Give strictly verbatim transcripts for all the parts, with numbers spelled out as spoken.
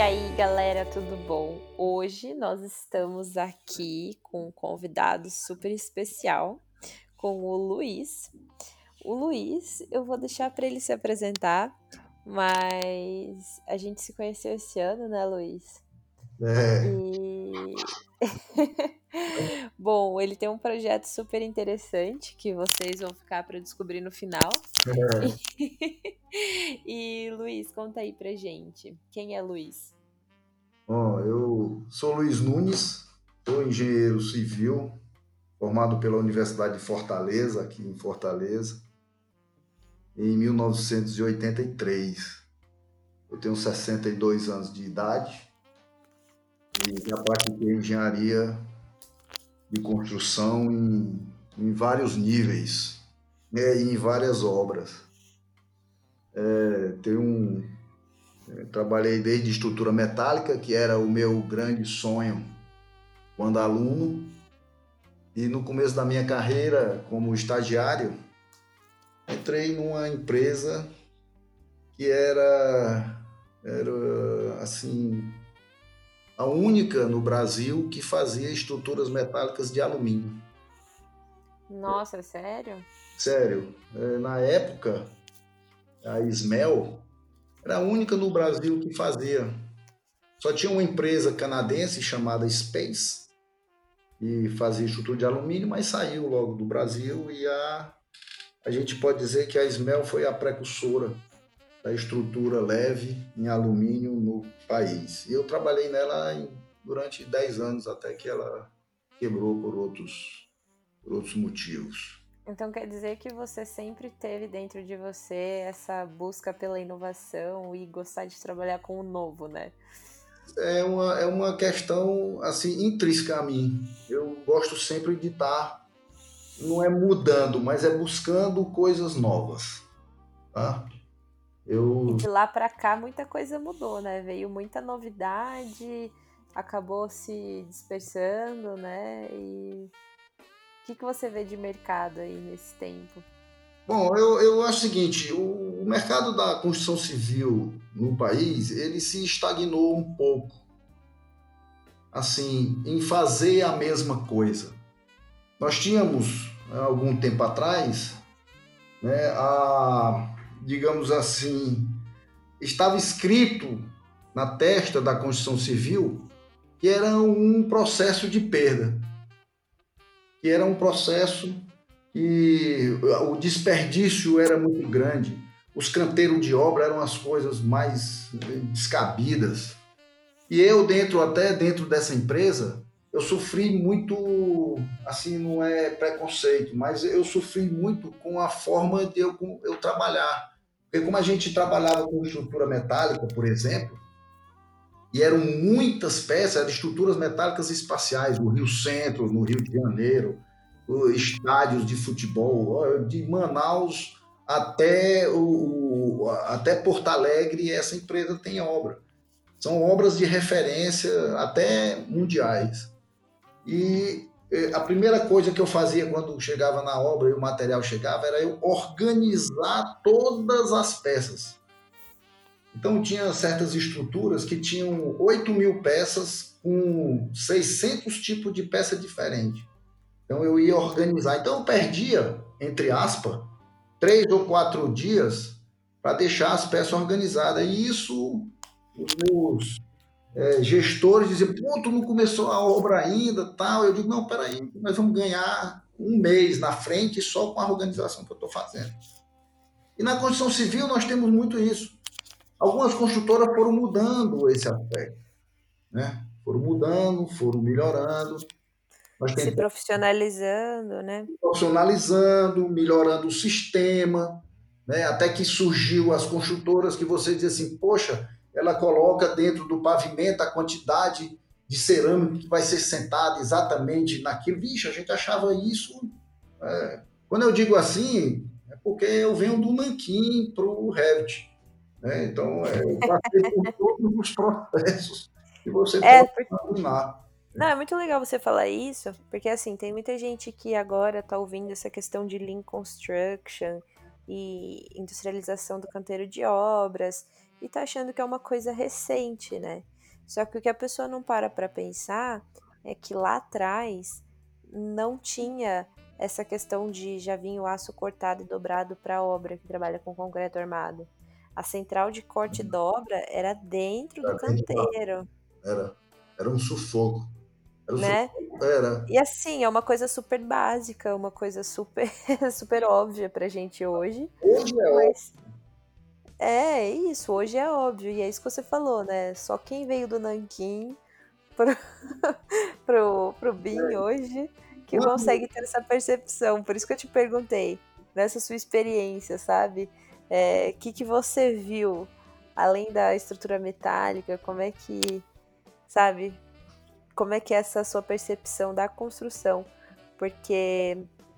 aí, galera, tudo bom? Hoje nós estamos aqui com um convidado super especial, com o Luiz. O Luiz, eu vou deixar para ele se apresentar, mas a gente se conheceu esse ano, né, Luiz? É, E bom, ele tem um projeto super interessante que vocês vão ficar para descobrir no final. é. E Luiz, conta aí pra gente. Quem é Luiz? Bom, eu sou Luiz Nunes, sou engenheiro civil, formado pela Universidade de Fortaleza, aqui em Fortaleza, em mil novecentos e oitenta e três. Eu tenho sessenta e dois anos de idade e já pratiquei engenharia de construção em, em vários níveis, né, e em várias obras. É, tenho um, eu trabalhei desde estrutura metálica, que era o meu grande sonho quando aluno. E no começo da minha carreira como estagiário, entrei numa empresa que era, era assim, a única no Brasil que fazia estruturas metálicas de alumínio. Nossa, sério? Sério, eh, na época, a Ismel era a única no Brasil que fazia. Só tinha uma empresa canadense chamada Space, que fazia estrutura de alumínio, mas saiu logo do Brasil e a, a gente pode dizer que a Ismel foi a precursora da estrutura leve em alumínio no país. E eu trabalhei nela em, durante dez anos, até que ela quebrou por outros, por outros motivos. Então quer dizer que você sempre teve dentro de você essa busca pela inovação e gostar de trabalhar com o novo, né? É uma, é uma questão assim intrínseca a mim. Eu gosto sempre de estar, não é mudando, mas é buscando coisas novas. Tá? E Eu de lá pra cá muita coisa mudou, né? Veio muita novidade, acabou se dispersando, né? E o que, que você vê de mercado aí nesse tempo? Bom, eu, eu acho o seguinte, o, o mercado da construção civil no país, ele se estagnou um pouco, assim, em fazer a mesma coisa. Nós tínhamos, há algum tempo atrás, né, a, digamos assim, estava escrito na testa da Constituição Civil que era um processo de perda, que era um processo que o desperdício era muito grande, os canteiros de obra eram as coisas mais descabidas. E eu dentro até dentro dessa empresa, eu sofri muito, assim, não é preconceito, mas eu sofri muito com a forma de eu, eu trabalhar. Porque como a gente trabalhava com estrutura metálica, por exemplo, e eram muitas peças, eram estruturas metálicas espaciais, no Rio Centro, no Rio de Janeiro, estádios de futebol, de Manaus até, o, até Porto Alegre, essa empresa tem obra. São obras de referência até mundiais. E a primeira coisa que eu fazia quando chegava na obra e o material chegava era eu organizar todas as peças. Então tinha certas estruturas que tinham oito mil peças com seiscentos tipos de peça diferente. Então eu ia organizar. Então eu perdia, entre aspas, três ou quatro dias para deixar as peças organizadas. E isso, os meus é, gestores diziam, pô, tu não começou a obra ainda, tal. Eu digo, não, peraí, nós vamos ganhar um mês na frente só com a organização que eu estou fazendo. E na construção civil nós temos muito isso. Algumas construtoras foram mudando esse aspecto, né? Foram mudando, foram melhorando. Nós Se tentamos profissionalizando, né? profissionalizando, melhorando o sistema, né? Até que surgiu as construtoras que você diz assim, poxa, ela coloca dentro do pavimento a quantidade de cerâmica que vai ser sentada exatamente naquilo. Vixe, a gente achava isso. É... Quando eu digo assim, é porque eu venho do Nanquim para o Revit. Né? Então, é, eu passei por todos os processos que você É, pode porque... imaginar. Não, é muito legal você falar isso, porque assim, tem muita gente que agora tá ouvindo essa questão de Lean Construction e industrialização do canteiro de obras, e tá achando que é uma coisa recente, né? Só que o que a pessoa não para para pensar é que lá atrás não tinha essa questão de já vir o aço cortado e dobrado para a obra que trabalha com concreto armado. A central de corte e dobra era dentro do canteiro, Era, era um sufoco. Era um né? sufoco. Era. E assim, é uma coisa super básica, uma coisa super, super óbvia pra gente hoje, Hoje é óbvio. mas é isso, hoje é óbvio, e é isso que você falou, né? Só quem veio do Nanquim pro, pro, pro B I M hoje que Quando, consegue ter essa percepção. Por isso que eu te perguntei, nessa sua experiência, sabe? O que, que você viu, além da estrutura metálica, como é que, sabe? Como é que é essa sua percepção da construção? Porque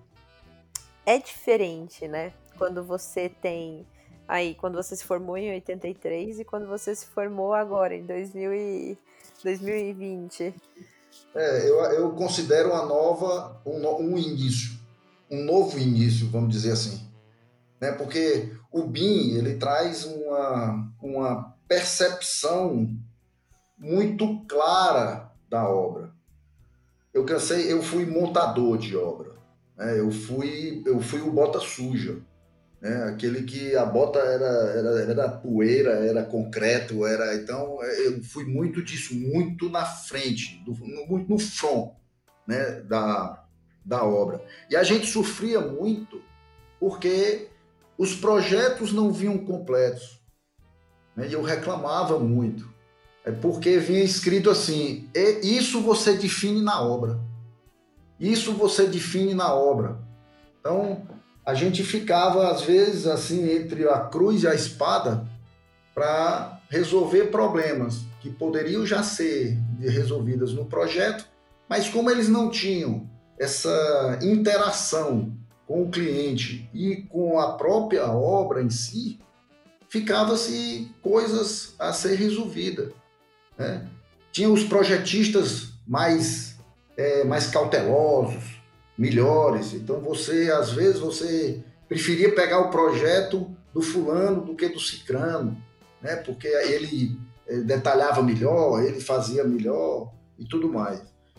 é diferente, né? Quando você tem aí, quando você se formou em oitenta e três e quando você se formou agora em dois mil e dois mil e vinte. é, eu, eu considero uma nova, um, no- um início, um novo início, vamos dizer assim, né? Porque o B I M ele traz uma, uma percepção muito clara da obra. Eu cansei, eu fui montador de obra, né? Eu fui, eu fui o bota suja, né? Aquele que a bota era, era, era poeira, era concreto, era então eu fui muito disso, muito na frente, do, no, muito no front, né? Da, da obra. E a gente sofria muito porque os projetos não vinham completos, né? E eu reclamava muito. É porque vinha escrito assim: isso você define na obra. Isso você define na obra. Então, a gente ficava, às vezes, assim, entre a cruz e a espada para resolver problemas que poderiam já ser resolvidos no projeto, mas como eles não tinham essa interação com o cliente e com a própria obra em si, ficava-se coisas a ser resolvidas, né? Tinha os projetistas mais, é, mais cautelosos, melhores. Então você, às vezes, você preferia pegar o projeto do fulano do que do cicrano, né? Porque ele é, detalhava melhor, ele fazia melhor e tudo mais.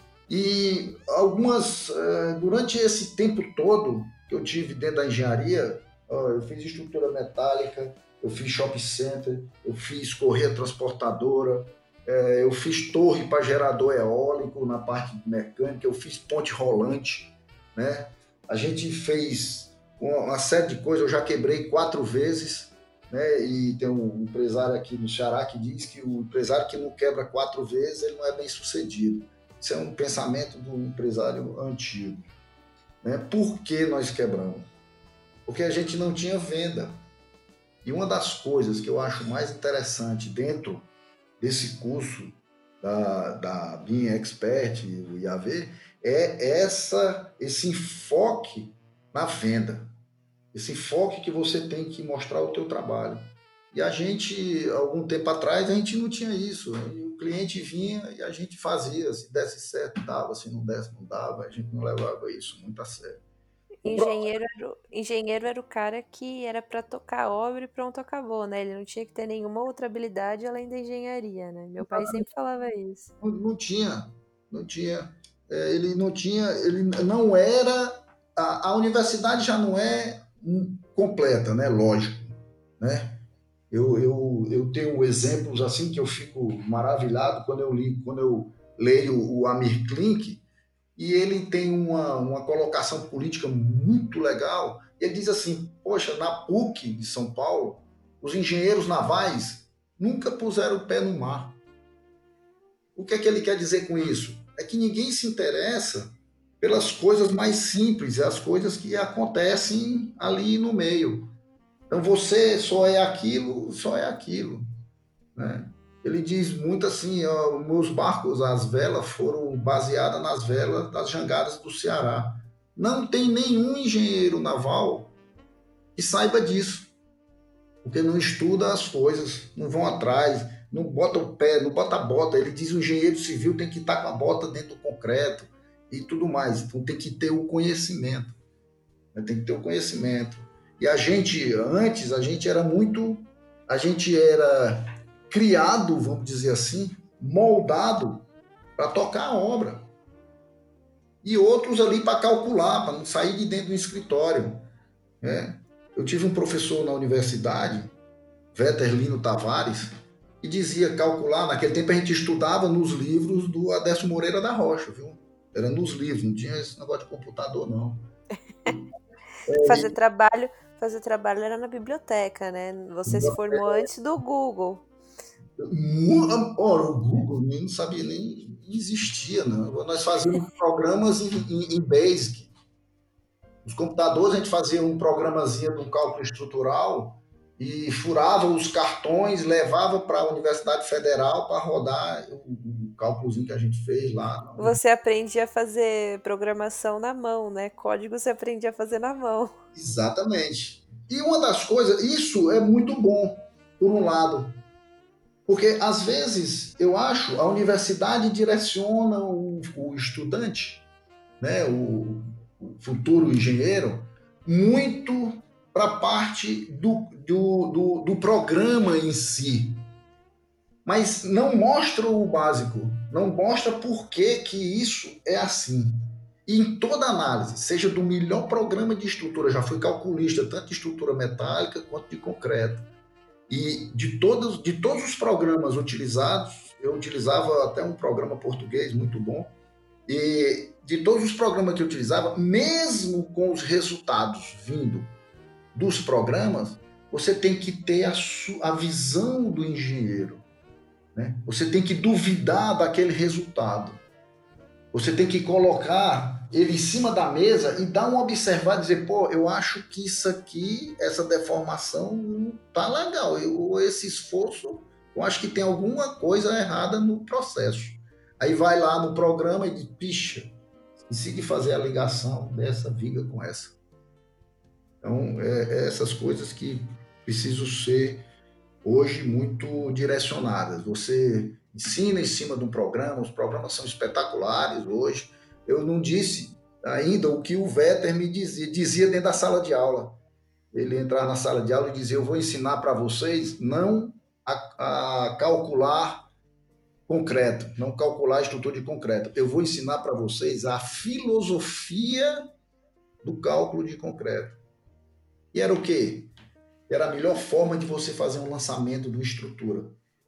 E algumas, é, durante esse tempo todo que eu tive dentro da engenharia, ó, eu fiz estrutura metálica, eu fiz shopping center, eu fiz correia transportadora, é, eu fiz torre para gerador eólico na parte mecânica, eu fiz ponte rolante, né? A gente fez uma série de coisas, eu já quebrei quatro vezes, né? E tem um empresário aqui no Ceará que diz que o empresário que não quebra quatro vezes, ele não é bem sucedido. Isso é um pensamento do empresário antigo, né? Por que nós quebramos? Porque a gente não tinha venda. E uma das coisas que eu acho mais interessante dentro desse curso da, da B I M Expert e o I A V é essa, esse enfoque na venda, esse enfoque que você tem que mostrar o teu trabalho. E a gente, algum tempo atrás, a gente não tinha isso. E o cliente vinha e a gente fazia, se desse certo, dava, se não desse, não dava, a gente não levava isso muito a sério. O Engenheiro era, o, engenheiro era o cara que era para tocar a obra e pronto, acabou, né? Ele não tinha que ter nenhuma outra habilidade além da engenharia, né? Meu pai sempre falava isso. Não, não tinha, não tinha. É, ele não tinha, ele não era. A, a universidade já não é hum, completa, né? Lógico, né? Eu, eu, eu tenho exemplos assim que eu fico maravilhado quando eu li, quando eu leio o Amir Klink e ele tem uma, uma colocação política muito legal. Ele diz assim: poxa, na P U C de São Paulo, os engenheiros navais nunca puseram o pé no mar. O que é que ele quer dizer com isso? É que ninguém se interessa pelas coisas mais simples, as coisas que acontecem ali no meio. Então você só é aquilo, só é aquilo, né? Ele diz muito assim, ó, meus barcos, as velas foram baseadas nas velas das jangadas do Ceará. Não tem nenhum engenheiro naval que saiba disso, porque não estuda as coisas, não vão atrás, não bota o pé, não bota a bota. Ele diz que o engenheiro civil tem que estar com a bota dentro do concreto e tudo mais. Então tem que ter o conhecimento, né? Tem que ter o conhecimento. E a gente, antes, a gente era muito a gente era criado, vamos dizer assim, moldado para tocar a obra. E outros ali para calcular, para não sair de dentro do escritório. Né? Eu tive um professor na universidade, Veterlino Tavares, que dizia calcular, naquele tempo a gente estudava nos livros do Aderson Moreira da Rocha, viu? Era nos livros, não tinha esse negócio de computador, não. Fazer trabalho, fazer trabalho era na biblioteca, né? Você se formou antes do Google. Ora, o Google nem sabia nem existia, não. Nós fazíamos programas em, em, em Basic. Os computadores, a gente fazia um programazinho de um cálculo estrutural e furava os cartões, levava para a Universidade Federal para rodar o, o cálculozinho que a gente fez lá. Você aprendia a fazer programação na mão, né? Código você aprendia a fazer na mão. Exatamente. E uma das coisas, isso é muito bom, por um lado, porque às vezes eu acho a universidade direciona o, o estudante, né, o, o futuro engenheiro, muito para a parte do, do, do, do programa em si, mas não mostra o básico, não mostra por que, que isso é assim. E em toda análise, seja do melhor programa de estrutura, já fui calculista, tanto de estrutura metálica quanto de concreto, e de todos, de todos os programas utilizados, eu utilizava até um programa português muito bom, e de todos os programas que eu utilizava, mesmo com os resultados vindo dos programas, você tem que ter a, a visão do engenheiro. Né? Você tem que duvidar daquele resultado. Você tem que colocar ele em cima da mesa e dar uma observada e dizer, pô, eu acho que isso aqui, essa deformação não tá legal. Eu, esse esforço, eu acho que tem alguma coisa errada no processo. Aí vai lá no programa e diz, pixa, esqueci de fazer a ligação dessa viga com essa. Então, é, é essas coisas que precisam ser hoje muito direcionadas. Você ensina em cima de um programa, os programas são espetaculares hoje. Eu não disse ainda o que o Vetter me dizia, dizia dentro da sala de aula. Ele entrava na sala de aula e dizia, eu vou ensinar para vocês não a, a calcular concreto, não calcular a estrutura de concreto. Eu vou ensinar para vocês a filosofia do cálculo de concreto. E era o quê? Era a melhor forma de você fazer um lançamento de uma estrutura.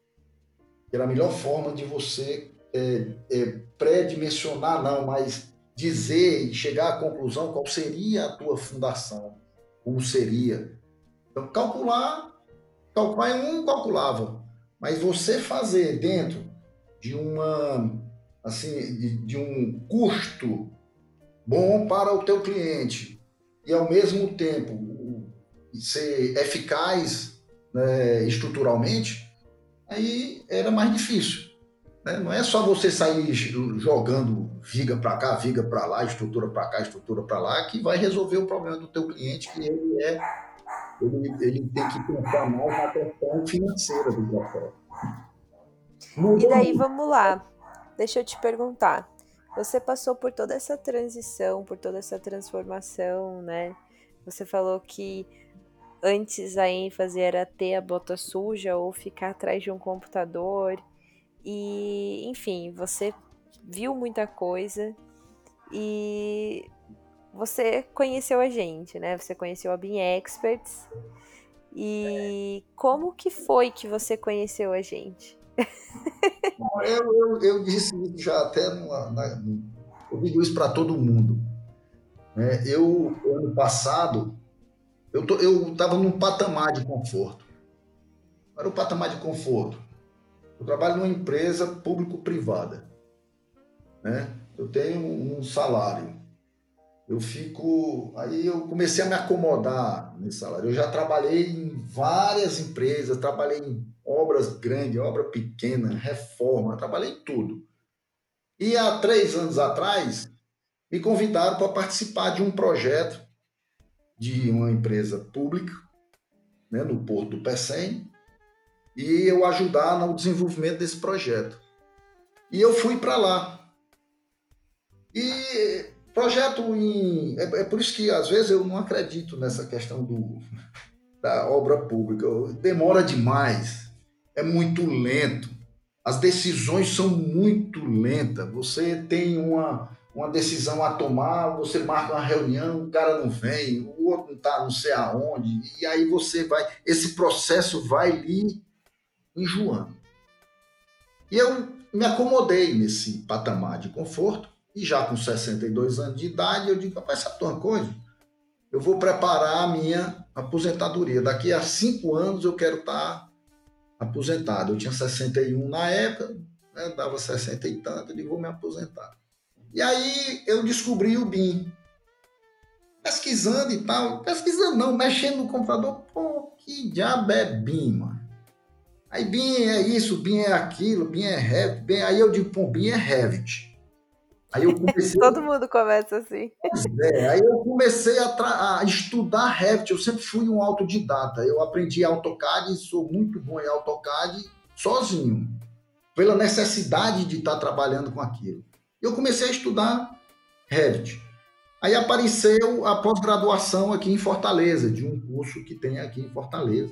Era a melhor forma de você é, é, pré-dimensionar, não, mas dizer e chegar à conclusão qual seria a tua fundação, como seria. Então, calcular, calcular um calculava, mas você fazer dentro de uma, assim, de, de um custo bom para o teu cliente e ao mesmo tempo ser eficaz, né, estruturalmente, aí era mais difícil. Né? Não é só você sair jogando viga para cá, viga para lá, estrutura para cá, estrutura para lá, que vai resolver o problema do teu cliente, que ele é ele, ele tem que pensar mais na questão financeira do processo. E daí, vamos lá. Deixa eu te perguntar. Você passou por toda essa transição, por toda essa transformação, né? Você falou que antes a ênfase era ter a bota suja ou ficar atrás de um computador. E, enfim, você viu muita coisa e você conheceu a gente, né? Você conheceu a Beam Experts. E como que foi que você conheceu a gente? Eu, eu, eu disse isso já até, numa, na, eu digo isso para todo mundo. Né? Eu, ano passado, eu estava num patamar de conforto. Era o patamar de conforto. Eu trabalho numa empresa público-privada. Né? Eu tenho um salário. Eu fico... Aí eu comecei a me acomodar nesse salário. Eu já trabalhei em várias empresas, trabalhei em obras grandes, obra pequena, reforma, trabalhei em tudo. E há três anos atrás, me convidaram para participar de um projeto de uma empresa pública, né, no Porto do Pecém, e eu ajudar no desenvolvimento desse projeto. E eu fui para lá. E projeto em... É, é por isso que, às vezes, eu não acredito nessa questão do, da obra pública. Demora demais, é muito lento, as decisões são muito lentas. Você tem uma, uma decisão a tomar, você marca uma reunião, o cara não vem, o outro não está não sei aonde, e aí você vai, esse processo vai lhe enjoando. E eu me acomodei nesse patamar de conforto, e já com sessenta e dois anos de idade, eu digo, rapaz, sabe uma coisa? Eu vou preparar a minha aposentadoria. Daqui a cinco anos eu quero estar aposentado. Eu tinha sessenta e um na época, né, dava sessenta e tanto, eu digo, vou me aposentar. E aí eu descobri o B I M. Pesquisando e tal, pesquisando não, mexendo no computador, pô, que diabo é B I M, mano? Aí B I M é isso, B I M é aquilo, B I M é Revit, B I M, aí eu digo, pô, B I M é Revit. Aí eu comecei, Todo mundo começa assim. é, aí eu comecei a, tra- a estudar Revit, eu sempre fui um autodidata, eu aprendi AutoCAD, sou muito bom em AutoCAD sozinho, pela necessidade de estar trabalhando com aquilo. Eu comecei a estudar Revit. Aí apareceu a pós-graduação aqui em Fortaleza, de um curso que tem aqui em Fortaleza.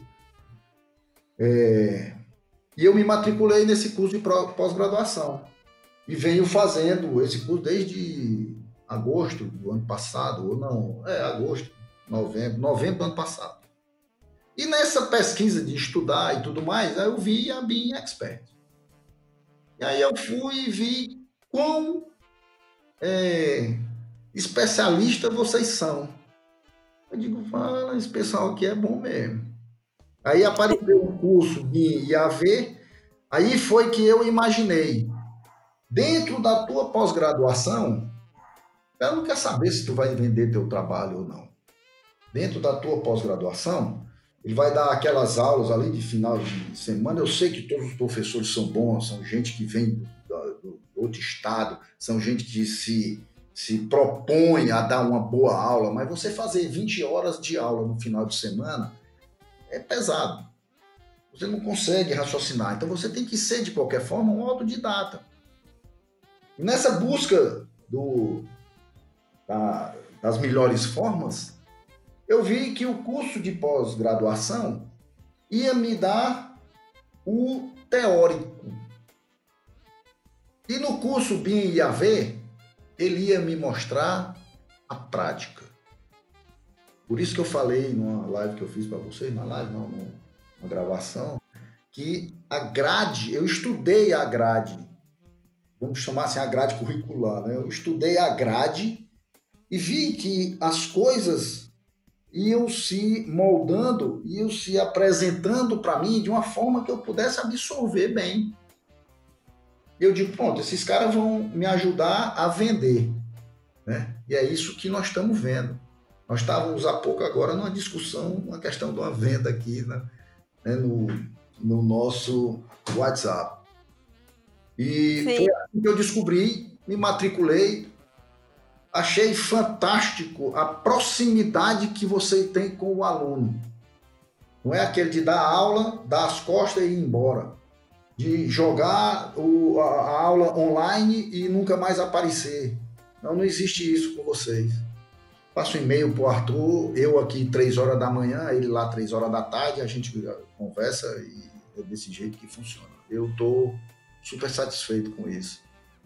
É, e eu me matriculei nesse curso de pós-graduação. E venho fazendo esse curso desde agosto do ano passado, ou não, é agosto, novembro, novembro do ano passado. E nessa pesquisa de estudar e tudo mais, aí eu vi a B I M Expert. E aí eu fui e vi quão é, especialista vocês são. Eu digo, fala, esse pessoal aqui é bom mesmo. Aí apareceu o curso de I A V, aí foi que eu imaginei, dentro da tua pós-graduação, ela não quer saber se tu vai vender teu trabalho ou não. Dentro da tua pós-graduação, ele vai dar aquelas aulas ali de final de semana. Eu sei que todos os professores são bons, são gente que vem do, do outro estado, são gente que se, se propõe a dar uma boa aula, mas você fazer vinte horas de aula no final de semana é pesado. Você não consegue raciocinar. Então você tem que ser, de qualquer forma, um autodidata. E nessa busca do, da, das melhores formas, eu vi que o curso de pós-graduação ia me dar o teórico. E no curso B I M I A V, ele ia me mostrar a prática. Por isso que eu falei numa live que eu fiz para vocês, na live, não, numa gravação, que a grade, eu estudei a grade, vamos chamar assim a grade curricular, né? Eu estudei a grade e vi que as coisas iam se moldando, iam se apresentando para mim de uma forma que eu pudesse absorver bem. E eu digo, pronto, esses caras vão me ajudar a vender, né? E é isso que nós estamos vendo. Nós estávamos há pouco agora numa discussão, uma questão de uma venda aqui, né? no, no nosso WhatsApp. E Sim. foi assim que eu descobri, me matriculei, achei fantástico a proximidade que você tem com o aluno. Não é aquele de dar aula, dar as costas e ir embora. De jogar o, a, a aula online e nunca mais aparecer. Não, não existe isso com vocês. Passo um e-mail para o Arthur, eu aqui três horas da manhã, ele lá três horas da tarde, a gente conversa e é desse jeito que funciona. Eu estou super satisfeito com isso.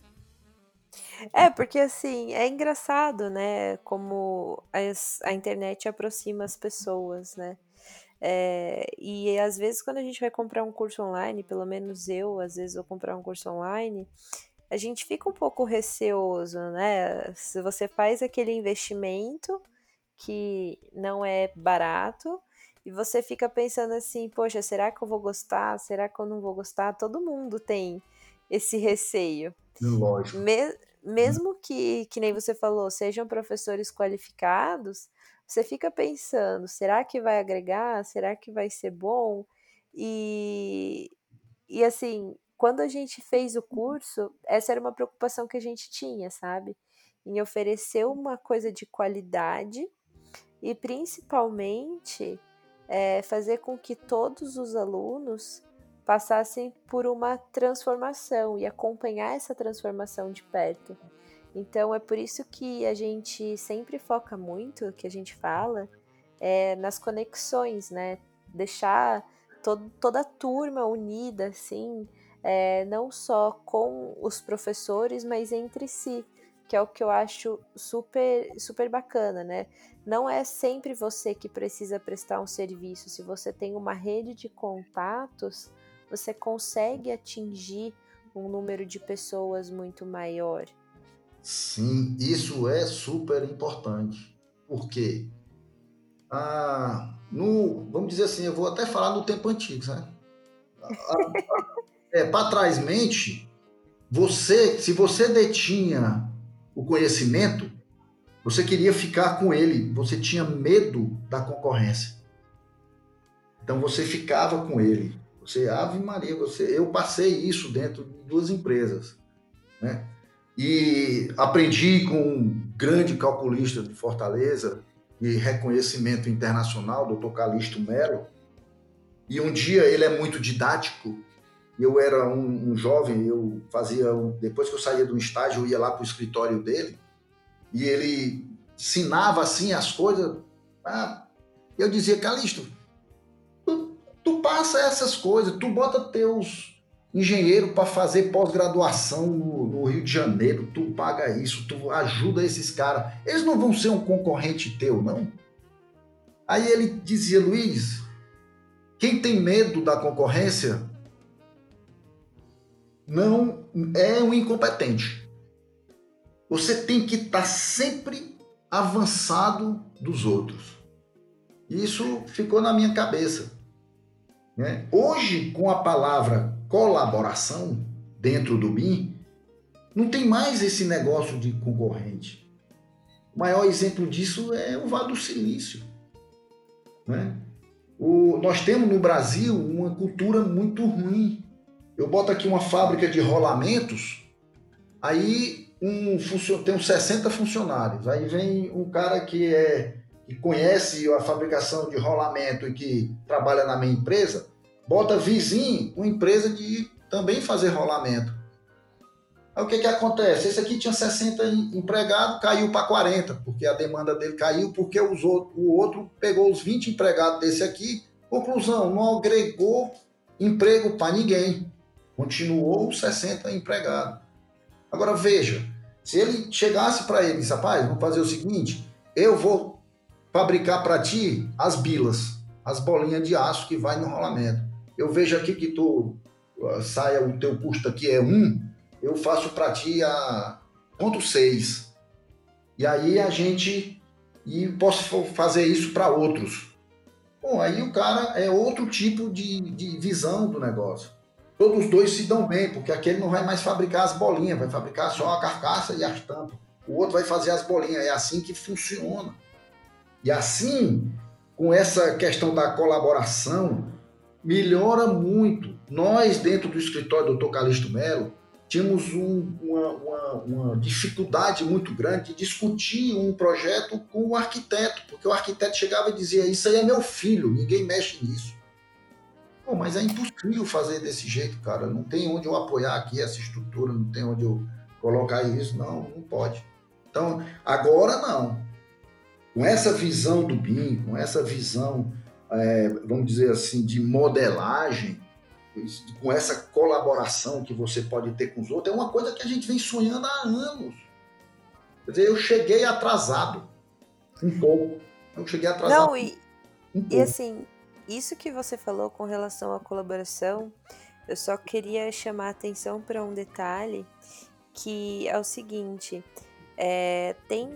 É, porque assim, é engraçado, né? Como as- a internet aproxima as pessoas, né? É, e às vezes quando a gente vai comprar um curso online, pelo menos eu, às vezes vou comprar um curso online, a gente fica um pouco receoso, né? Se você faz aquele investimento que não é barato e você fica pensando assim, poxa, será que eu vou gostar? Será que eu não vou gostar? Todo mundo tem esse receio. Lógico. Me- mesmo que, que nem você falou, sejam professores qualificados, você fica pensando, será que vai agregar? Será que vai ser bom? E, e assim, quando a gente fez o curso, essa era uma preocupação que a gente tinha, sabe? Em oferecer uma coisa de qualidade e principalmente é, fazer com que todos os alunos passassem por uma transformação e acompanhar essa transformação de perto. Então é por isso que a gente sempre foca muito, que a gente fala, é nas conexões, né? Deixar todo, toda a turma unida, assim, é, não só com os professores, mas entre si, que é o que eu acho super, super bacana, né? Não é sempre você que precisa prestar um serviço. Se você tem uma rede de contatos, você consegue atingir um número de pessoas muito maior. Sim, isso é super importante. Por quê? Ah, no, vamos dizer assim, eu vou até falar no tempo antigo, né? É, para trás mente, você, se você detinha o conhecimento, você queria ficar com ele, você tinha medo da concorrência. Então você ficava com ele. Você, Ave Maria, você, eu passei isso dentro de duas empresas, né? E aprendi com um grande calculista de Fortaleza, de reconhecimento internacional, doutor Calixto Melo. E um dia ele é muito didático. Eu era um, um jovem, eu fazia, um, depois que eu saía do estágio, eu ia lá para o escritório dele e ele ensinava assim as coisas. Ah, eu dizia, Calixto, tu, tu passa essas coisas, tu bota teus engenheiros para fazer pós-graduação no, no Rio de Janeiro, tu paga isso, tu ajuda esses caras. Eles não vão ser um concorrente teu, não? Aí ele dizia, Luiz, quem tem medo da concorrência não é um incompetente. Você tem que estar sempre avançado dos outros. Isso ficou na minha cabeça, né? Hoje, com a palavra colaboração dentro do B I M, não tem mais esse negócio de concorrente. O maior exemplo disso é o Vale do Silício, né? O, nós temos no Brasil uma cultura muito ruim. Eu boto aqui uma fábrica de rolamentos, aí um, tem uns sessenta funcionários, aí vem um cara que, é, que conhece a fabricação de rolamento e que trabalha na minha empresa, bota vizinho uma empresa de também fazer rolamento. Aí o que, que acontece? Esse aqui tinha sessenta empregados, caiu para quarenta, porque a demanda dele caiu, porque os outro, o outro pegou os vinte empregados desse aqui. Conclusão, não agregou emprego para ninguém. Continuou os sessenta empregados. Agora veja, se ele chegasse para eles, rapaz, vamos fazer o seguinte, eu vou fabricar para ti as bilas, as bolinhas de aço que vai no rolamento. Eu vejo aqui que tu saia, o teu custo aqui é um, eu faço para ti a ponto seis. E aí a gente e posso fazer isso para outros. Bom, aí o cara é outro tipo de, de visão do negócio. Todos os dois se dão bem, porque aquele não vai mais fabricar as bolinhas, vai fabricar só a carcaça e as tampas. O outro vai fazer as bolinhas. É assim que funciona. E assim, com essa questão da colaboração, melhora muito. Nós, dentro do escritório do doutor Calixto Melo, tínhamos um, uma, uma, uma dificuldade muito grande de discutir um projeto com o arquiteto, porque o arquiteto chegava e dizia, isso aí é meu filho, ninguém mexe nisso. Pô, mas é impossível fazer desse jeito, cara. Não tem onde eu apoiar aqui essa estrutura, não tem onde eu colocar isso. Não, não pode. Então, agora não. Com essa visão do B I M, com essa visão, é, vamos dizer assim, de modelagem, com essa colaboração que você pode ter com os outros, é uma coisa que a gente vem sonhando há anos. Quer dizer, eu cheguei atrasado, um pouco. Eu cheguei atrasado Não, e, um e pouco. assim, isso que você falou com relação à colaboração, eu só queria chamar a atenção para um detalhe, que é o seguinte, é, tem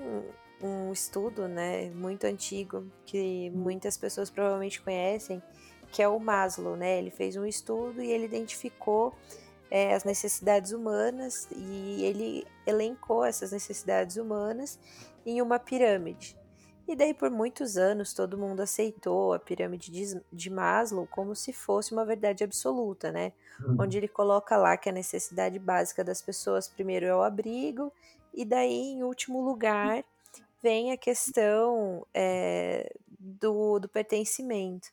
um estudo, né, muito antigo, que muitas pessoas provavelmente conhecem, que é o Maslow, né? Ele fez um estudo e ele identificou é, as necessidades humanas e ele elencou essas necessidades humanas em uma pirâmide. E daí por muitos anos todo mundo aceitou a pirâmide de, de Maslow como se fosse uma verdade absoluta, né? Onde ele coloca lá que a necessidade básica das pessoas primeiro é o abrigo e daí em último lugar vem a questão é, do, do pertencimento.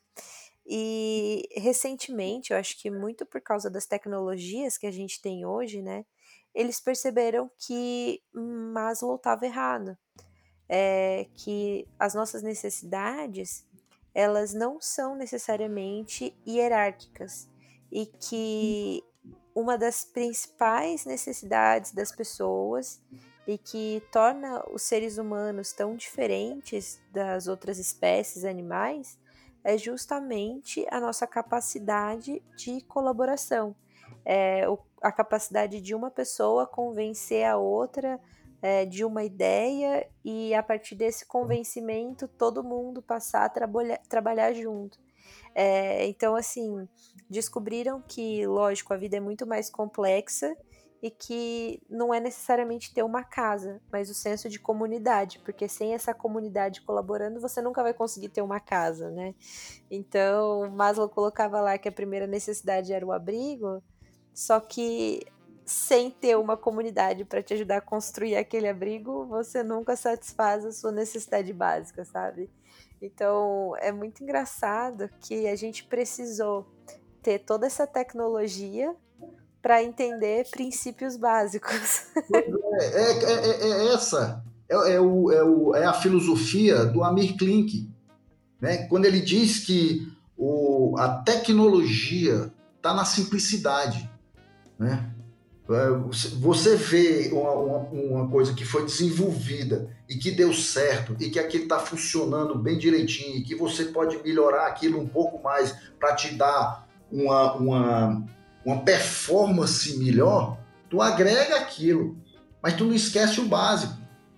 E recentemente, eu acho que muito por causa das tecnologias que a gente tem hoje, né? Eles perceberam que Maslow estava errado. é que as nossas necessidades, elas não são necessariamente hierárquicas e que uma das principais necessidades das pessoas e que torna os seres humanos tão diferentes das outras espécies animais é justamente a nossa capacidade de colaboração. É, o, a capacidade de uma pessoa convencer a outra é, de uma ideia e a partir desse convencimento todo mundo passar a trabalha, trabalhar junto. É, então, assim, descobriram que, lógico, a vida é muito mais complexa e que não é necessariamente ter uma casa, mas o senso de comunidade, porque sem essa comunidade colaborando, você nunca vai conseguir ter uma casa, né? Então, Maslow colocava lá que a primeira necessidade era o abrigo, só que sem ter uma comunidade para te ajudar a construir aquele abrigo, você nunca satisfaz a sua necessidade básica, sabe? Então, é muito engraçado que a gente precisou ter toda essa tecnologia para entender princípios básicos. É, é, é, é essa, é, é, o, é, o, é a filosofia do Amir Klink, né? Quando ele diz que o, a tecnologia está na simplicidade, né? Você vê uma, uma, uma coisa que foi desenvolvida e que deu certo e que aquilo está funcionando bem direitinho e que você pode melhorar aquilo um pouco mais para te dar uma, uma, uma performance melhor, tu agrega aquilo, mas tu não esquece o básico,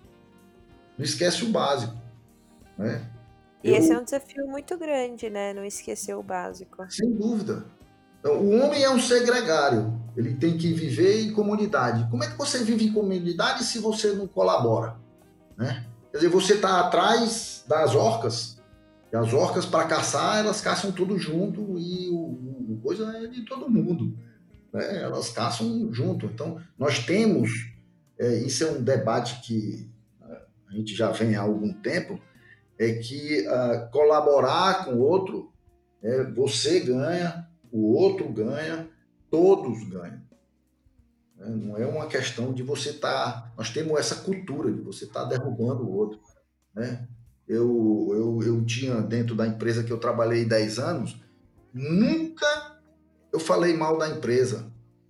não esquece o básico, né? E esse é Eu, um desafio muito grande, né? Não esquecer o básico. sem dúvida. Então, o homem é um ser gregário, ele tem que viver em comunidade. Como é que você vive em comunidade se você não colabora? Né? Quer dizer, você está atrás das orcas, e as orcas, para caçar, elas caçam tudo junto e o, o coisa é de todo mundo. Né? Elas caçam junto. Então, nós temos, é, isso é um debate que a gente já vem há algum tempo, é que uh, colaborar com o outro, é, você ganha, o outro ganha, todos ganham. Né? Não é uma questão de você estar. Tá, nós temos essa cultura de você estar tá derrubando o outro. Né? Eu, eu, eu tinha dentro da empresa que eu trabalhei dez anos, nunca eu falei mal da empresa.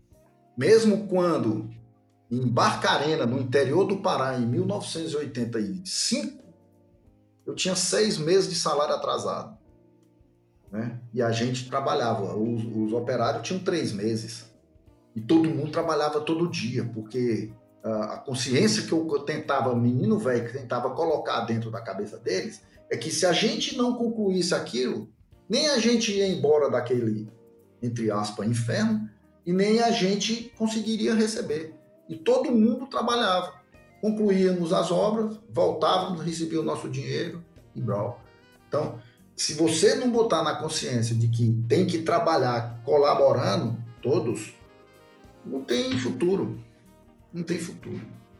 Mesmo quando em Barcarena, no interior do Pará, em mil novecentos e oitenta e cinco, eu tinha seis meses de salário atrasado. Né? E a gente trabalhava, os, os operários tinham três meses. E todo mundo trabalhava todo dia, porque a consciência que eu tentava, menino velho, que tentava colocar dentro da cabeça deles, é que se a gente não concluísse aquilo, nem a gente ia embora daquele, entre aspas, inferno, e nem a gente conseguiria receber. E todo mundo trabalhava. Concluíamos as obras, voltávamos, recebíamos o nosso dinheiro e brau. Então, se você não botar na consciência de que tem que trabalhar colaborando, todos, não tem futuro. Não tem futuro.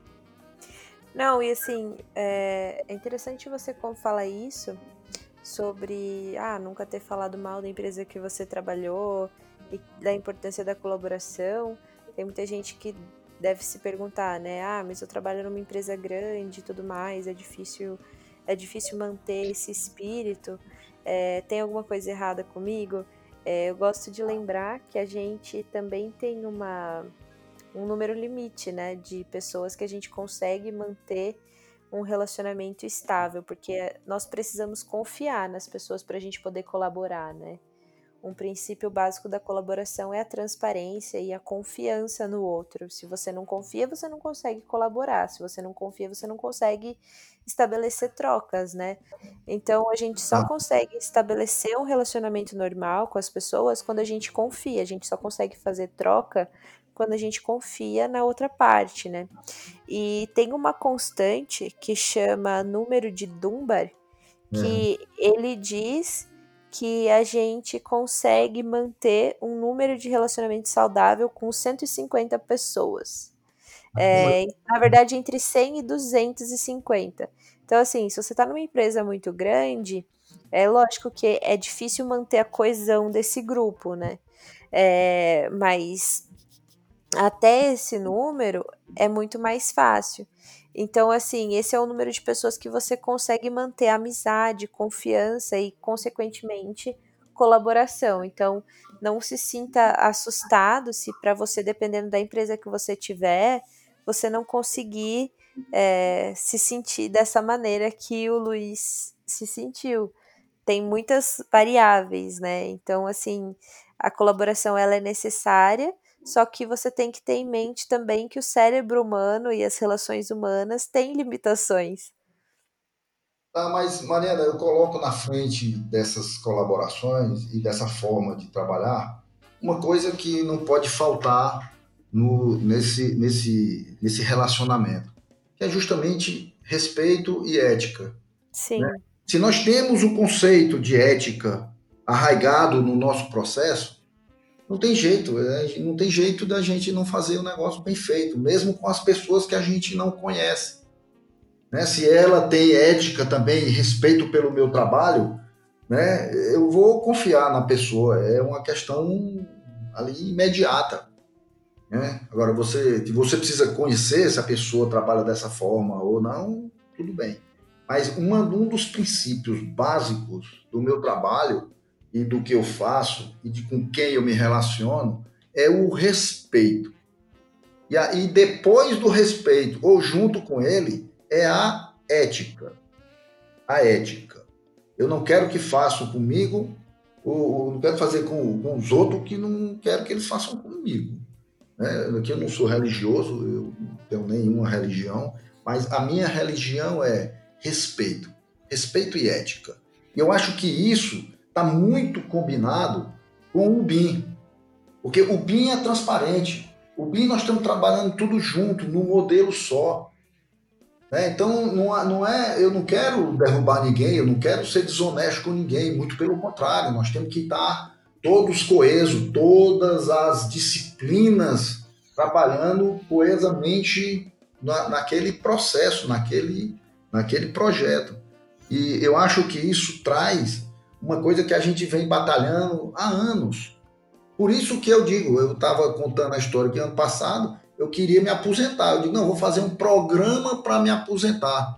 Não, e assim, é, é interessante você falar isso sobre ah, nunca ter falado mal da empresa que você trabalhou e da importância da colaboração. Tem muita gente que deve se perguntar, né? Ah, mas eu trabalho numa empresa grande e tudo mais, é difícil, é difícil manter esse espírito. É, tem alguma coisa errada comigo? É, eu gosto de lembrar que a gente também tem uma, um número limite, né, de pessoas que a gente consegue manter um relacionamento estável, porque nós precisamos confiar nas pessoas para a gente poder colaborar, né? Um princípio básico da colaboração é a transparência e a confiança no outro. Se você não confia, você não consegue colaborar. Se você não confia, você não consegue estabelecer trocas, né? Então, a gente só consegue estabelecer um relacionamento normal com as pessoas quando a gente confia. A gente só consegue fazer troca quando a gente confia na outra parte, né? E tem uma constante que chama número de Dunbar, que é. ele diz que a gente consegue manter um número de relacionamento saudável com cento e cinquenta pessoas. É, na verdade, entre cem e duzentos e cinquenta. Então, assim, se você está numa empresa muito grande, é lógico que é difícil manter a coesão desse grupo, né? É, mas até esse número é muito mais fácil. Então, assim, esse é o número de pessoas que você consegue manter amizade, confiança e, consequentemente, colaboração. Então, não se sinta assustado se para você, dependendo da empresa que você tiver, você não conseguir é, se sentir dessa maneira que o Luiz se sentiu. Tem muitas variáveis, né? Então, assim, a colaboração ela é necessária, só que você tem que ter em mente também que o cérebro humano e as relações humanas têm limitações. Tá, mas, Mariana, eu coloco na frente dessas colaborações e dessa forma de trabalhar uma coisa que não pode faltar no, nesse, nesse, nesse relacionamento, que é justamente respeito e ética. Né? Sim, Se nós temos o conceito de ética arraigado no nosso processo, não tem jeito, é, não tem jeito da gente não fazer o negócio bem feito, mesmo com as pessoas que a gente não conhece. Né? Se ela tem ética também e respeito pelo meu trabalho, né? Eu vou confiar na pessoa. É uma questão ali imediata. Né? Agora, você, se você precisa conhecer se a pessoa trabalha dessa forma ou não, tudo bem. Mas uma, um dos princípios básicos do meu trabalho e do que eu faço e de com quem eu me relaciono é o respeito. E aí, depois do respeito, ou junto com ele, é a ética. A ética. Eu não quero que façam comigo, ou, ou não quero fazer com, com os outros que não quero que eles façam comigo. Né? Aqui eu não sou religioso, eu não tenho nenhuma religião, mas a minha religião é respeito. Respeito e ética. E eu acho que isso está muito combinado com o B I M. Porque o B I M é transparente. O B I M nós estamos trabalhando tudo junto, num modelo só. Né? Então, não, não é, eu não quero derrubar ninguém, eu não quero ser desonesto com ninguém, muito pelo contrário, nós temos que estar todos coesos, todas as disciplinas trabalhando coesamente na, naquele processo, naquele, naquele projeto. E eu acho que isso traz uma coisa que a gente vem batalhando há anos. Por isso que eu digo, eu estava contando a história que ano passado eu queria me aposentar. Eu digo, não, vou fazer um programa para me aposentar.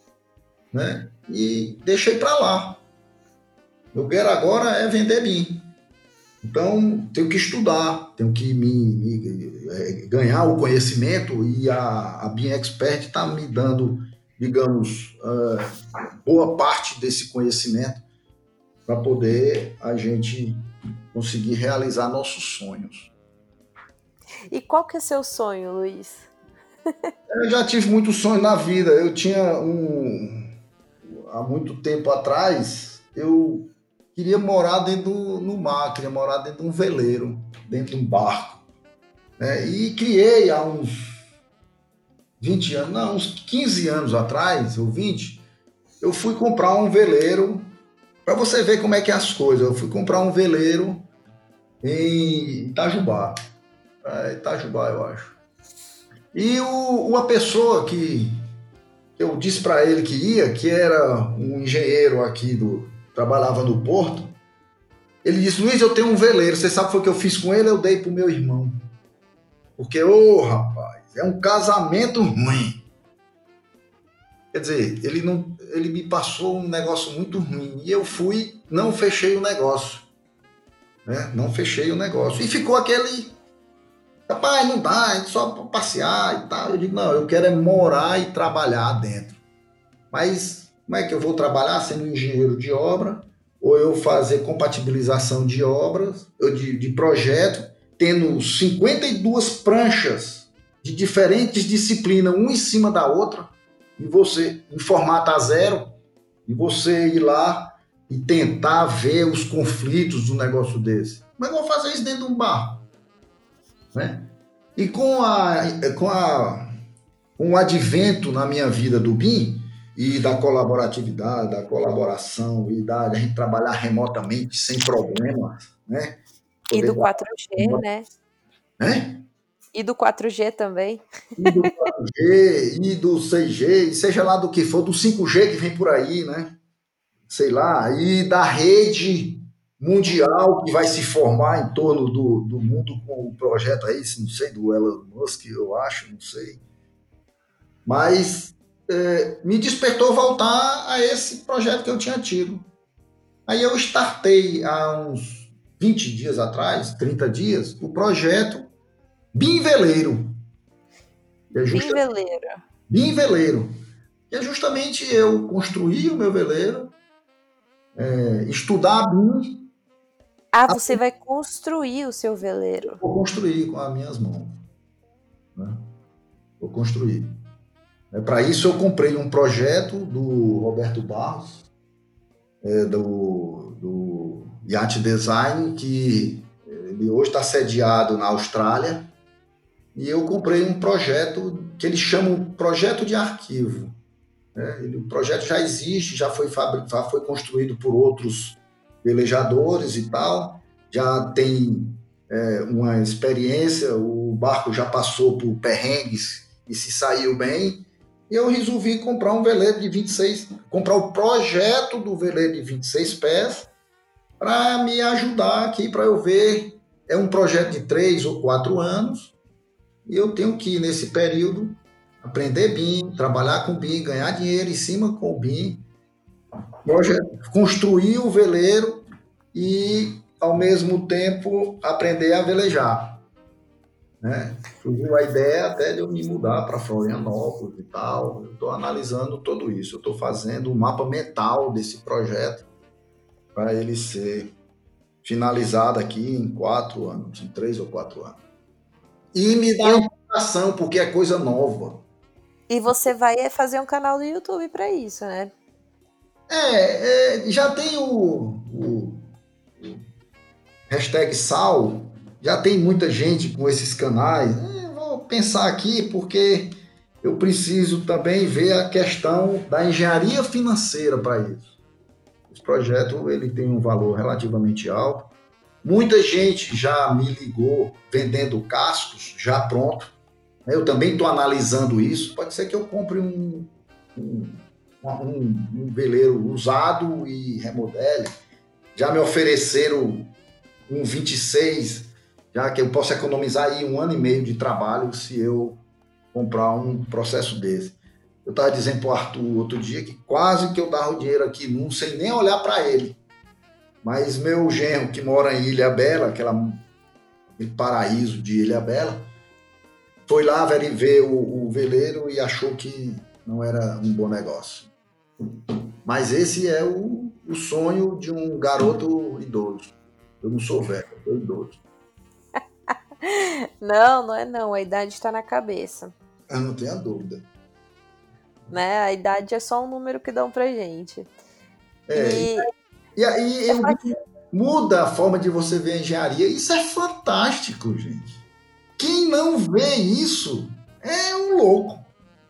Né? E deixei para lá. Eu quero agora é vender B I M. Então, tenho que estudar, tenho que me, me é, ganhar o conhecimento e a, a B I M Expert está me dando, digamos, uh, boa parte desse conhecimento para poder a gente conseguir realizar nossos sonhos. E qual que é seu sonho, Luiz? Eu já tive muitos sonhos na vida. Eu tinha um. Há muito tempo atrás, eu queria morar dentro do, no mar, queria morar dentro de um veleiro, dentro de um barco. Né? E criei há uns vinte anos, não, uns quinze anos atrás, ou vinte, eu fui comprar um veleiro, para você ver como é que é as coisas. Eu fui comprar um veleiro em Itajubá. É, Itajubá, eu acho. E o, uma pessoa que eu disse para ele que ia, que era um engenheiro aqui do. Trabalhava no porto. Ele disse: Luiz, eu tenho um veleiro. Você sabe o que foi que eu fiz com ele? Eu dei pro meu irmão. Porque, ô oh, rapaz, é um casamento ruim. Quer dizer, ele, não, ele me passou um negócio muito ruim. E eu fui, não fechei o negócio. Né? Não fechei o negócio. E ficou aquele. Rapaz, não dá, é só pra passear e tal. Eu digo: não, eu quero é morar e trabalhar dentro. Mas como é que eu vou trabalhar sendo engenheiro de obra, ou eu fazer compatibilização de obras, de, de projeto, tendo cinquenta e duas pranchas de diferentes disciplinas, uma em cima da outra, e você em formato a zero, e você ir lá e tentar ver os conflitos do negócio desse. Como é que eu vou fazer isso dentro de um bar? Né? E com, a, com, a, com o advento na minha vida do B I M, e da colaboratividade, da colaboração e da, da gente trabalhar remotamente sem problemas, né? E Poder do quatro G, né? né? E do quatro G também. E do quatro G, e do seis G, e seja lá do que for, do cinco G que vem por aí, né? Sei lá, e da rede mundial que vai se formar em torno do, do mundo com o projeto aí, não sei, do Elon Musk, eu acho, não sei. Mas é, me despertou voltar a esse projeto que eu tinha tido. Aí eu startei há uns vinte dias atrás, trinta dias, o projeto BIM Veleiro. É Bem justa, veleiro. BIM Veleiro. Que é justamente eu construir o meu veleiro, é, estudar BIM, Ah, você vai construir o seu veleiro. vou construir com as minhas mãos. Né? Vou construir. É, para isso eu comprei um projeto do Roberto Barros, é, do, do Yacht Design, que ele hoje está sediado na Austrália, e eu comprei um projeto que eles chamam projeto de arquivo. Né? Ele, o projeto já existe, já foi, fabri- já foi construído por outros velejadores e tal, já tem é, uma experiência, o barco já passou por perrengues e se saiu bem, e eu resolvi comprar um veleiro de vinte e seis, comprar o projeto do veleiro de vinte e seis pés para me ajudar aqui, para eu ver. É um projeto de três ou quatro anos, e eu tenho que, nesse período, aprender BIM, trabalhar com BIM, ganhar dinheiro em cima com o BIM, construir o veleiro e, ao mesmo tempo, aprender a velejar. Né? Surgiu a ideia até de eu me mudar para Florianópolis e tal. Eu estou analisando tudo isso. Eu estou fazendo um mapa mental desse projeto para ele ser finalizado aqui em quatro anos, em três ou quatro anos. E me dá Eu... inspiração, porque é coisa nova. E você vai fazer um canal do YouTube para isso, né? É, é, já tem o, o, o hashtag Sal, já tem muita gente com esses canais. É, vou pensar aqui porque eu preciso também ver a questão da engenharia financeira para isso. Esse projeto ele tem um valor relativamente alto. Muita gente já me ligou vendendo cascos já pronto. Eu também estou analisando isso. Pode ser que eu compre um, um, um, um veleiro usado e remodele. Já me ofereceram um vinte e seis, já que eu posso economizar aí um ano e meio de trabalho se eu comprar um processo desse. Eu estava dizendo para o Arthur outro dia que quase que eu dava o dinheiro aqui, não sei nem olhar para ele. Mas meu genro, que mora em Ilha Bela, aquela, aquele paraíso de Ilha Bela, foi lá ver o, o veleiro e achou que não era um bom negócio. Mas esse é o, o sonho de um garoto idoso. Eu não sou velho, eu sou idoso. Não, não é não. A idade está na cabeça. Eu não tenho dúvida. Né? A idade é só um número que dão pra gente. É, E, e aí eu muda a forma de você ver a engenharia. Isso é fantástico, gente. Quem não vê isso é um louco.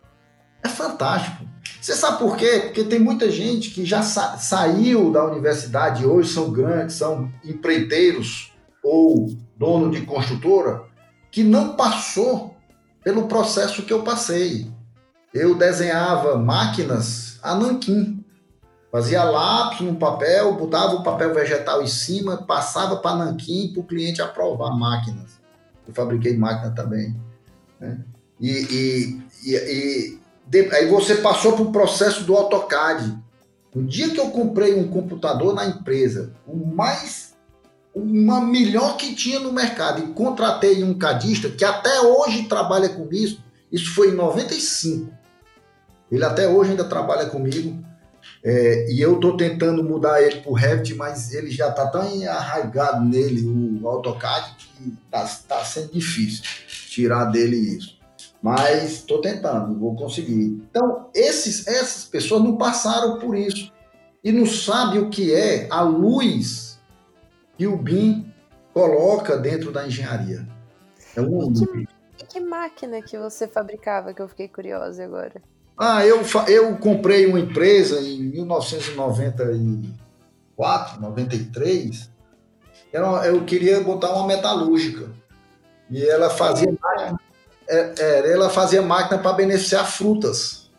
É fantástico. Você sabe por quê? Porque tem muita gente que já sa saiu da universidade, hoje são grandes, são empreiteiros ou dono de construtora, que não passou pelo processo que eu passei. Eu desenhava máquinas a nanquim. Fazia lápis no papel, botava o papel vegetal em cima, passava para nanquim para o cliente aprovar máquinas. Eu fabriquei máquina também. Né? E, e, e, e de, aí você passou para o processo do AutoCAD. No dia que eu comprei um computador na empresa, o mais, uma melhor que tinha no mercado, e contratei um cadista que até hoje trabalha com isso, isso foi em noventa e cinco. Ele até hoje ainda trabalha comigo. É, e eu estou tentando mudar ele para o Revit, mas ele já está tão arraigado nele, o AutoCAD, que está tá sendo difícil tirar dele isso. Mas estou tentando, vou conseguir. Então, esses, essas pessoas não passaram por isso e não sabem o que é a luz que o BIM coloca dentro da engenharia. É um... e, que, e que máquina que você fabricava, que eu fiquei curiosa agora? Ah, eu, eu comprei uma empresa em mil novecentos e noventa e quatro, noventa e três. Eu, eu queria botar uma metalúrgica. E ela fazia máquina, é, ela fazia máquina para beneficiar frutas.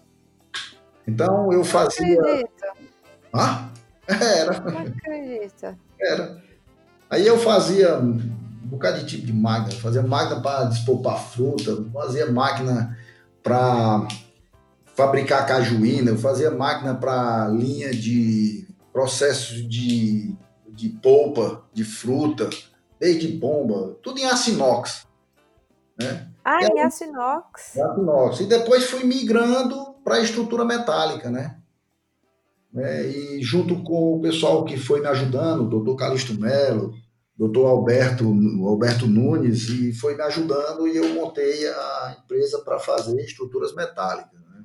Então eu fazia. Não acredito. Ah? Era. Não acredito. Era. Aí eu fazia um bocado de tipo de máquina. Fazia máquina para despolpar fruta, fazia máquina para fabricar cajuína, eu fazia máquina para linha de processos de, de polpa, de fruta, desde bomba, tudo em aço inox, né? Ah, E em aí, aço inox. aço inox. E depois fui migrando para a estrutura metálica, né? né? E junto com o pessoal que foi me ajudando, o doutor Calixto Melo, doutor Alberto, Alberto Nunes, e foi me ajudando e eu montei a empresa para fazer estruturas metálicas. Né?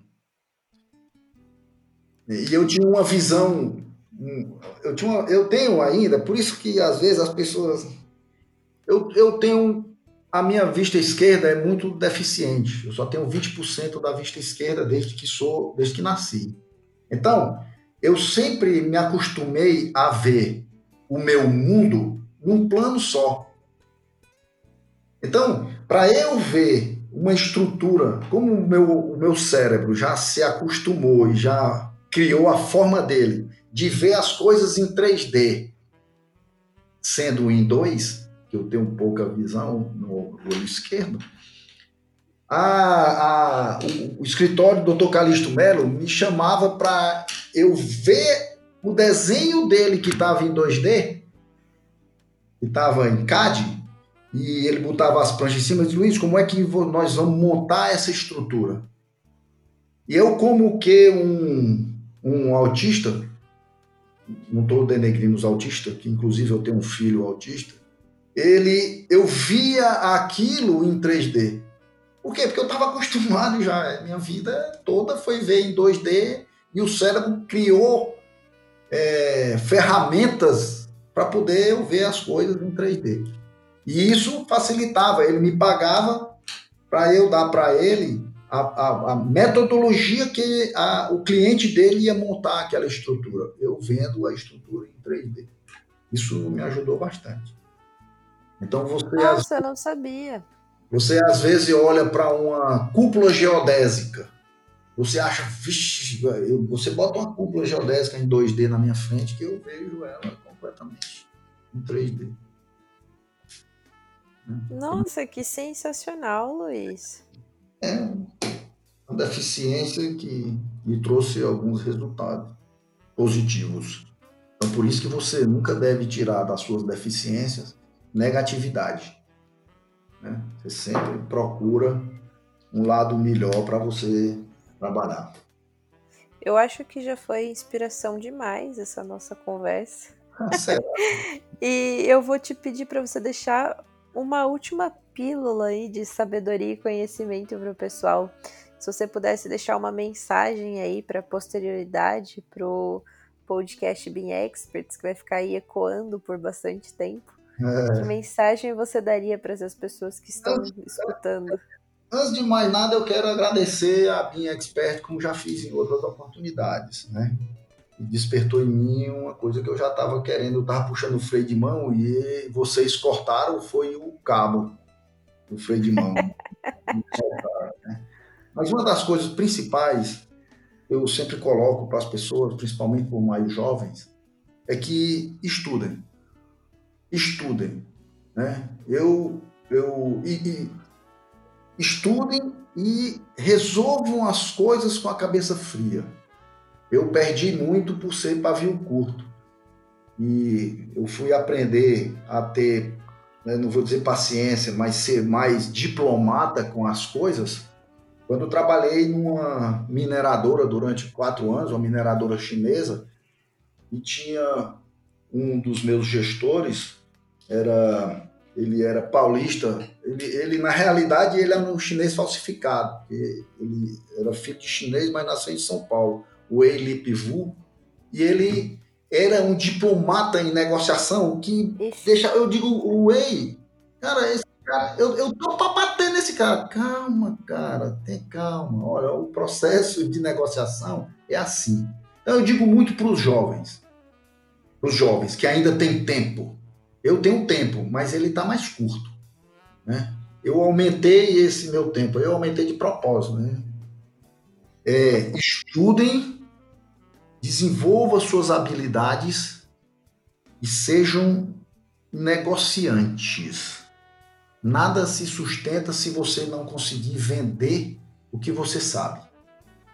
E eu tinha uma visão, eu, tinha uma, eu tenho ainda, por isso que às vezes as pessoas. Eu, eu tenho. A minha vista esquerda é muito deficiente. Eu só tenho vinte por cento da vista esquerda desde que sou, desde que nasci. Então, eu sempre me acostumei a ver o meu mundo num plano só. Então, para eu ver uma estrutura, como o meu, o meu cérebro já se acostumou e já criou a forma dele de ver as coisas em três D, sendo em dois, que eu tenho pouca visão no olho esquerdo, a, a, o, o escritório do doutor Calixto Melo me chamava para eu ver o desenho dele que estava em dois D, que estava em C A D, e ele botava as pranchas em cima e disse, Luiz, como é que nós vamos montar essa estrutura? E eu, como que um, um autista, não estou denegrindo os autistas, que inclusive eu tenho um filho autista, ele, eu via aquilo em três D. Por quê? Porque eu estava acostumado já, minha vida toda foi ver em dois D e o cérebro criou é, ferramentas para poder eu ver as coisas em três D. E isso facilitava, ele me pagava para eu dar para ele a, a, a metodologia que a, o cliente dele ia montar aquela estrutura, eu vendo a estrutura em três D. Isso me ajudou bastante. Então você, às, Nossa, eu não sabia. você às vezes olha para uma cúpula geodésica, você acha, vixe, você bota uma cúpula geodésica em dois D na minha frente que eu vejo ela completamente em três D. Nossa, que sensacional, Luiz. É uma deficiência que me trouxe alguns resultados positivos. Então, por isso que você nunca deve tirar das suas deficiências negatividade. Né? Você sempre procura um lado melhor para você trabalhar. Eu acho que já foi inspiração demais essa nossa conversa. Certo. E eu vou te pedir para você deixar uma última pílula aí de sabedoria e conhecimento para o pessoal. Se você pudesse deixar uma mensagem aí para a posterioridade, para o podcast Being Experts, que vai ficar aí ecoando por bastante tempo. É. Que mensagem você daria para essas pessoas que estão escutando? Antes de mais nada, eu quero agradecer a Being Expert, como já fiz em outras oportunidades, né? E despertou em mim uma coisa que eu já estava querendo, eu estava puxando o freio de mão e vocês cortaram, foi o cabo do freio de mão. Mas uma das coisas principais, eu sempre coloco para as pessoas, principalmente por mais jovens, é que estudem. Estudem. Né? Eu, eu, e, e, estudem e resolvam as coisas com a cabeça fria. Eu perdi muito por ser pavio curto. E eu fui aprender a ter, né, não vou dizer paciência, mas ser mais diplomata com as coisas, quando eu trabalhei numa mineradora durante quatro anos, uma mineradora chinesa, e tinha um dos meus gestores, era, ele era paulista, ele, ele na realidade ele era um chinês falsificado, ele era filho de chinês, mas nasceu em São Paulo, o Wei Lip Wu, e ele era um diplomata em negociação que Ixi. deixa, eu digo, o Wei, cara, esse cara, eu, eu tô pra bater nesse cara. Calma, cara, tem calma. Olha, o processo de negociação é assim. Então, eu digo muito para os jovens, para os jovens que ainda têm tempo. Eu tenho tempo, mas ele está mais curto. Né? Eu aumentei esse meu tempo, eu aumentei de propósito. Né? É, estudem, desenvolvam suas habilidades e sejam negociantes. Nada se sustenta se você não conseguir vender o que você sabe.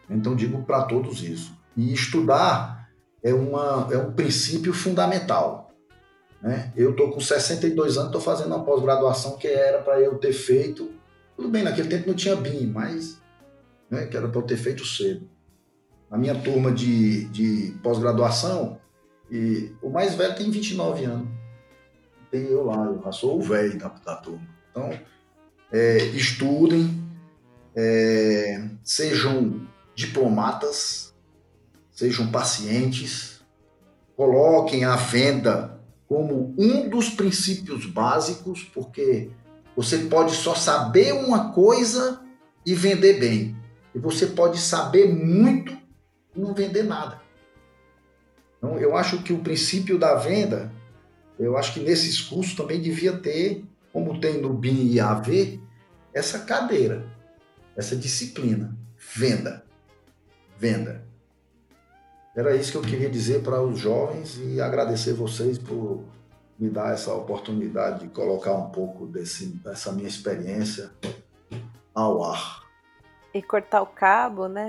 Então, digo para todos isso. E estudar é, uma, é um princípio fundamental. Né? Eu estou com sessenta e dois anos, estou fazendo uma pós-graduação que era para eu ter feito. Tudo bem, naquele tempo não tinha B I M, mas né, que era para eu ter feito cedo. Na minha turma de, de pós-graduação, e o mais velho tem vinte e nove anos. Tem eu lá, eu já sou o velho da, da turma. Então, é, estudem, é, sejam diplomatas, sejam pacientes, coloquem a venda como um dos princípios básicos, porque você pode só saber uma coisa e vender bem. E você pode saber muito e não vender nada. Então, eu acho que o princípio da venda, eu acho que nesses cursos também devia ter, como tem no B I M e A V, essa cadeira, essa disciplina. Venda. Venda. Era isso que eu queria dizer para os jovens e agradecer vocês por me dar essa oportunidade de colocar um pouco desse, dessa minha experiência ao ar. E cortar o cabo, né?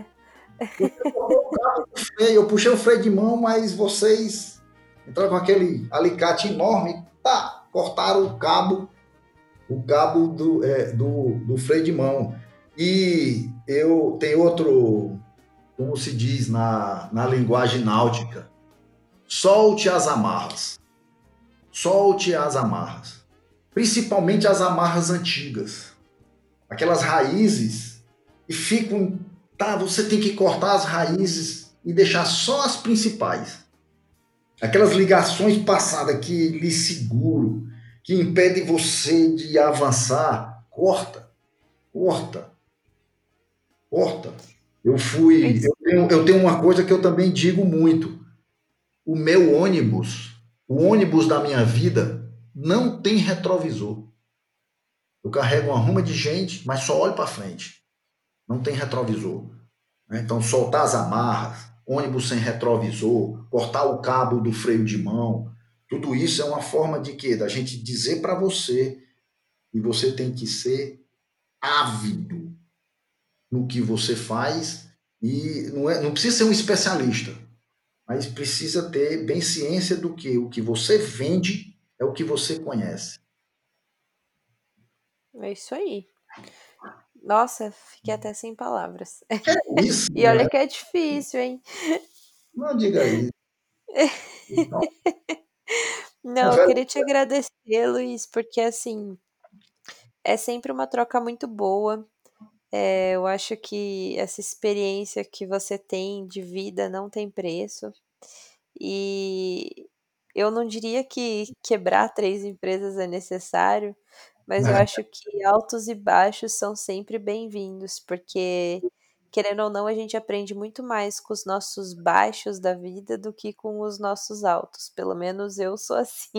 Eu puxei o freio de mão, mas vocês entraram com aquele alicate enorme, tá, cortaram o cabo, o cabo do, é, do, do freio de mão. E eu tenho outro, como se diz na, na linguagem náutica, solte as amarras. Solte as amarras. Principalmente as amarras antigas. Aquelas raízes e ficam. Tá, você tem que cortar as raízes e deixar só as principais. Aquelas ligações passadas que lhe seguram, que impedem você de avançar, corta, corta, corta. Eu fui. Eu tenho, eu tenho uma coisa que eu também digo muito. O meu ônibus, o ônibus da minha vida, não tem retrovisor. Eu carrego uma ruma de gente, mas só olho para frente. Não tem retrovisor. Então, soltar as amarras, ônibus sem retrovisor, cortar o cabo do freio de mão, tudo isso é uma forma de quê? Da gente dizer para você que você tem que ser ávido no que você faz e não, é, não precisa ser um especialista, mas precisa ter bem ciência do que o que você vende é o que você conhece. É isso aí. Nossa, fiquei até sem palavras. É isso, E olha né? que é difícil, hein? Não diga isso. Então, Não, eu queria te agradecer, Luiz, porque assim, é sempre uma troca muito boa. É, eu acho que essa experiência que você tem de vida não tem preço. E eu não diria que quebrar três empresas é necessário, mas eu acho que altos e baixos são sempre bem-vindos, porque, querendo ou não, a gente aprende muito mais com os nossos baixos da vida do que com os nossos altos. Pelo menos eu sou assim.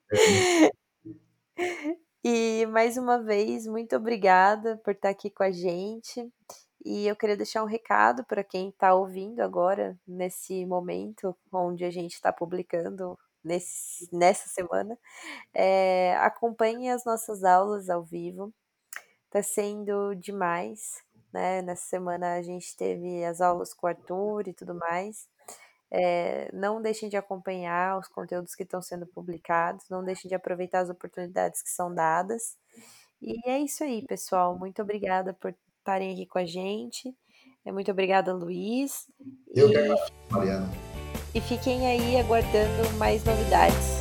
E mais uma vez, muito obrigada por estar aqui com a gente. E eu queria deixar um recado para quem está ouvindo agora, nesse momento onde a gente está publicando nesse, nessa semana. É, acompanhe as nossas aulas ao vivo. Está sendo demais, né? Nessa semana a gente teve as aulas com o Arthur e tudo mais. É, não deixem de acompanhar os conteúdos que estão sendo publicados, não deixem de aproveitar as oportunidades que são dadas. E é isso aí, pessoal. Muito obrigada por estarem aqui com a gente. É, muito obrigada, Luiz. Eu que E, agradeço, Mariana. e fiquem aí aguardando mais novidades.